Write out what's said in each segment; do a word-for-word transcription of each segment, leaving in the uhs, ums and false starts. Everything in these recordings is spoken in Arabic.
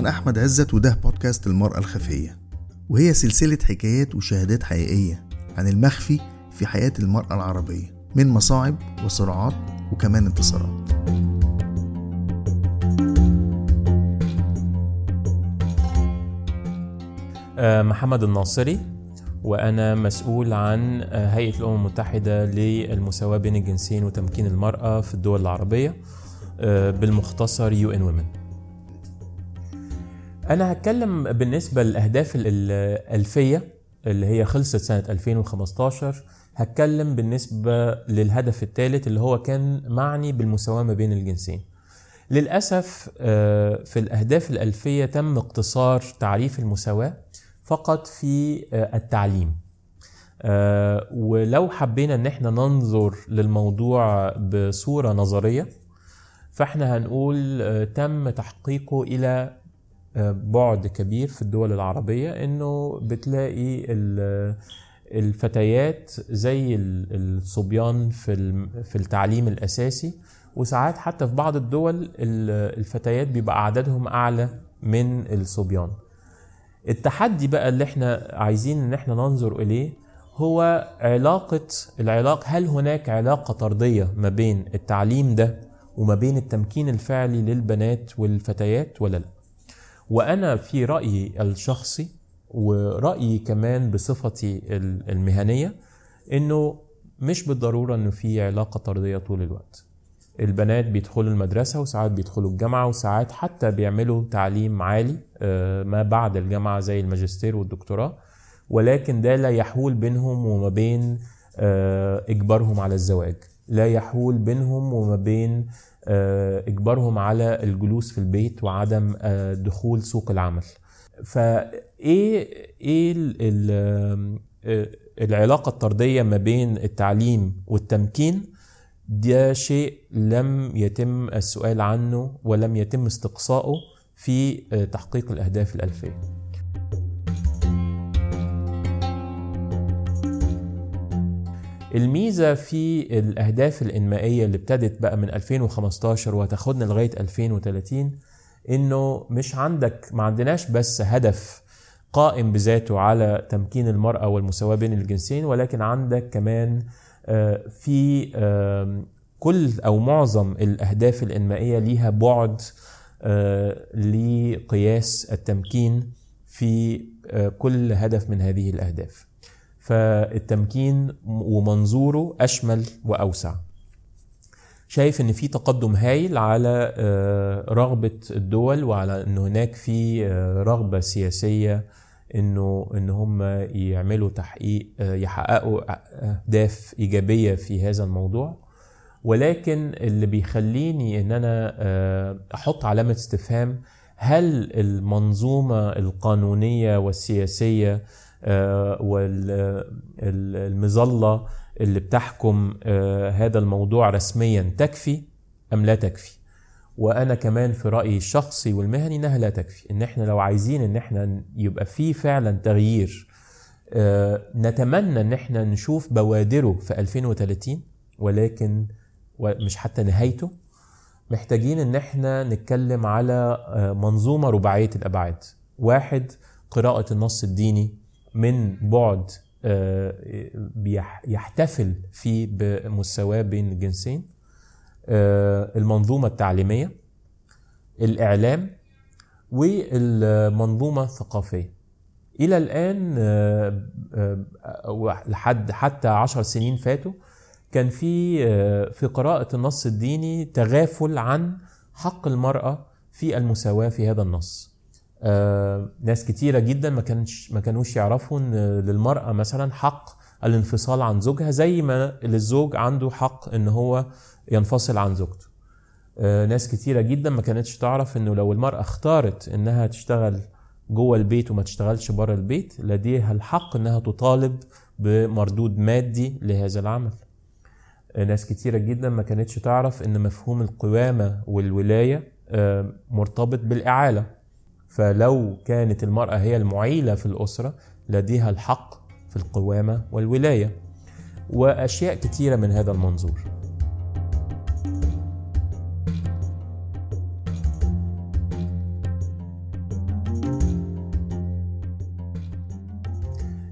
أنا أحمد عزت، وده بودكاست المرأة الخفية، وهي سلسلة حكايات وشهادات حقيقية عن المخفي في حياة المرأة العربية من مصاعب وصراعات وكمان انتصارات. محمد الناصري، وأنا مسؤول عن هيئة الأمم المتحدة للمساواة بين الجنسين وتمكين المرأة في الدول العربية، بالمختصر يو إن Women. أنا هتكلم بالنسبة للأهداف الألفية اللي هي خلصت سنة ألفين وخمستاشر. هتكلم بالنسبة للهدف الثالث اللي هو كان معني بالمساواة ما بين الجنسين. للأسف في الأهداف الألفية تم اقتصار تعريف المساواة فقط في التعليم، ولو حبينا ان احنا ننظر للموضوع بصورة نظرية فاحنا هنقول تم تحقيقه الى بعد كبير في الدول العربية، انه بتلاقي الفتيات زي الصبيان في التعليم الاساسي، وساعات حتى في بعض الدول الفتيات بيبقى عددهم اعلى من الصبيان. التحدي بقى اللي احنا عايزين ان احنا ننظر اليه هو علاقة العلاقة هل هناك علاقة طردية ما بين التعليم ده وما بين التمكين الفعلي للبنات والفتيات ولا لا؟ وانا في رأيي الشخصي ورأيي كمان بصفتي المهنية انه مش بالضرورة انه في علاقة طردية طول الوقت. البنات بيدخلوا المدرسة وساعات بيدخلوا الجامعة وساعات حتى بيعملوا تعليم عالي ما بعد الجامعة زي الماجستير والدكتوراه، ولكن ده لا يحول بينهم وما بين إجبارهم على الزواج، لا يحول بينهم وما بين إجبارهم على الجلوس في البيت وعدم دخول سوق العمل. فإيه إيه العلاقة الطردية ما بين التعليم والتمكين؟ ده شيء لم يتم السؤال عنه ولم يتم استقصائه في تحقيق الأهداف الألفية. الميزة في الأهداف الإنمائية اللي ابتدت بقى من ألفين وخمستاشر وهتاخدنا لغاية ألفين وثلاثين إنه مش عندك ما عندناش بس هدف قائم بذاته على تمكين المرأة والمساواة بين الجنسين، ولكن عندك كمان في كل أو معظم الأهداف الإنمائية ليها بعد لقياس التمكين في كل هدف من هذه الأهداف. فالتمكين ومنظوره أشمل وأوسع. شايف أن في تقدم هائل على رغبة الدول، وعلى أن هناك في رغبة سياسية انه ان هم يعملوا تحقيق يحققوا اهداف ايجابيه في هذا الموضوع. ولكن اللي بيخليني ان انا احط علامه استفهام، هل المنظومه القانونيه والسياسيه والمظله اللي بتحكم هذا الموضوع رسميا تكفي ام لا تكفي؟ وانا كمان في رايي الشخصي والمهني انها لا تكفي. ان احنا لو عايزين ان احنا يبقى في فعلا تغيير، اه نتمنى ان احنا نشوف بوادره في ألفين وثلاثين، ولكن مش حتى نهايته. محتاجين ان احنا نتكلم على منظومه رباعيه الابعاد. واحد، قراءه النص الديني من بعد اه يحتفل فيه بمساواة بين الجنسين، المنظومة التعليمية، الإعلام، والمنظومة الثقافية. إلى الآن لحد حتى عشر سنين فاتوا كان في في قراءة النص الديني تغافل عن حق المرأة في المساواة في هذا النص. ناس كتيرة جدا ما كانش ما كانوش يعرفوا ان للمرأة مثلا حق الانفصال عن زوجها زي ما للزوج عنده حق ان هو ينفصل عن زوجته. ناس كتيرة جدا ما كانتش تعرف انه لو المرأة اختارت انها تشتغل جوه البيت وما تشتغلش بره البيت، لديها الحق انها تطالب بمردود مادي لهذا العمل. ناس كتيرة جدا ما كانتش تعرف ان مفهوم القوامة والولاية مرتبط بالإعالة، فلو كانت المرأة هي المعيلة في الأسرة لديها الحق في القوامة والولاية، وأشياء كتيرة من هذا المنظور.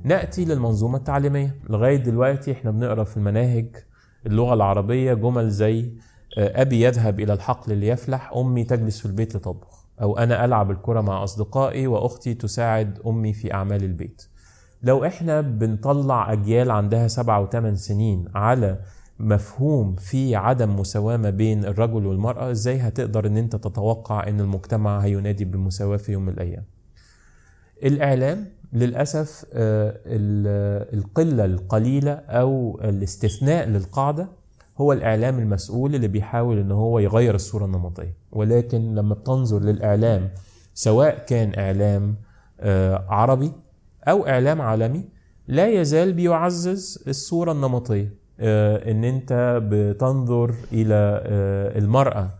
نأتي للمنظومة التعليمية. لغاية دلوقتي احنا بنقرأ في المناهج اللغة العربية جمل زي أبي يذهب إلى الحقل ليفلح، أمي تجلس في البيت لتطبخ، أو أنا ألعب الكرة مع أصدقائي وأختي تساعد أمي في أعمال البيت. لو احنا بنطلع أجيال عندها سبعة وثمان سنين على مفهوم في عدم مساواة ما بين الرجل والمرأة، ازاي هتقدر ان انت تتوقع ان المجتمع هينادي بالمساواة في يوم من الأيام؟ الإعلام للأسف القلة القليلة أو الاستثناء للقاعدة هو الإعلام المسؤول اللي بيحاول ان هو يغير الصورة النمطية. ولكن لما بتنظر للإعلام سواء كان إعلام عربي أو إعلام عالمي، لا يزال بيعزز الصورة النمطية، ان انت بتنظر الى المرأة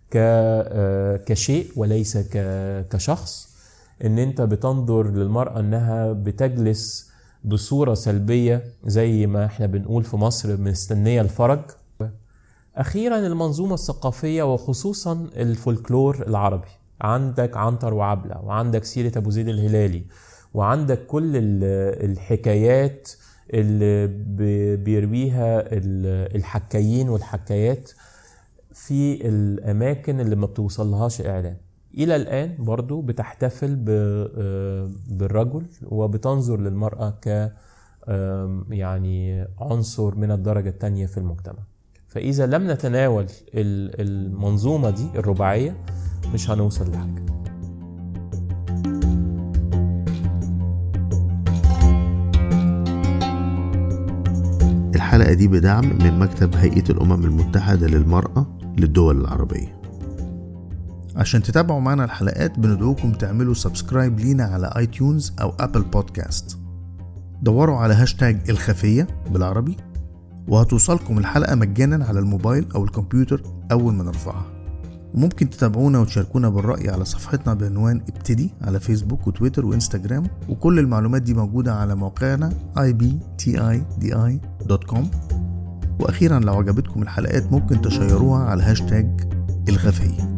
كشيء وليس كشخص، ان انت بتنظر للمرأة انها بتجلس بصورة سلبية زي ما احنا بنقول في مصر مستنية الفرج. اخيرا المنظومة الثقافية وخصوصا الفولكلور العربي، عندك عنتر وعبلة، وعندك سيرة ابو زيد الهلالي، وعندك كل الحكايات اللي بيرويها الحكايين والحكايات في الأماكن اللي ما بتوصلهاش إعلام. إلى الآن برضو بتحتفل بالرجل وبتنظر للمرأة ك يعني عنصر من الدرجة الثانية في المجتمع. فإذا لم نتناول المنظومة دي الرباعية مش هنوصل لحاجة. الحلقة دي بدعم من مكتب هيئة الأمم المتحدة للمرأة للدول العربية. عشان تتابعوا معنا الحلقات بندعوكم تعملوا سبسكرايب لينا على آي تيونز أو أبل بودكاست. دوروا على هاشتاج الخفية بالعربي وهتوصلكم الحلقة مجانا على الموبايل أو الكمبيوتر أول ما نرفعها. وممكن تتابعونا وتشاركونا بالرأي على صفحتنا بعنوان ابتدي على فيسبوك وتويتر وإنستجرام، وكل المعلومات دي موجودة على موقعنا آي بي تي آي دي آي دوت كوم. وأخيرا لو عجبتكم الحلقات ممكن تشيروها على هاشتاج الخفية.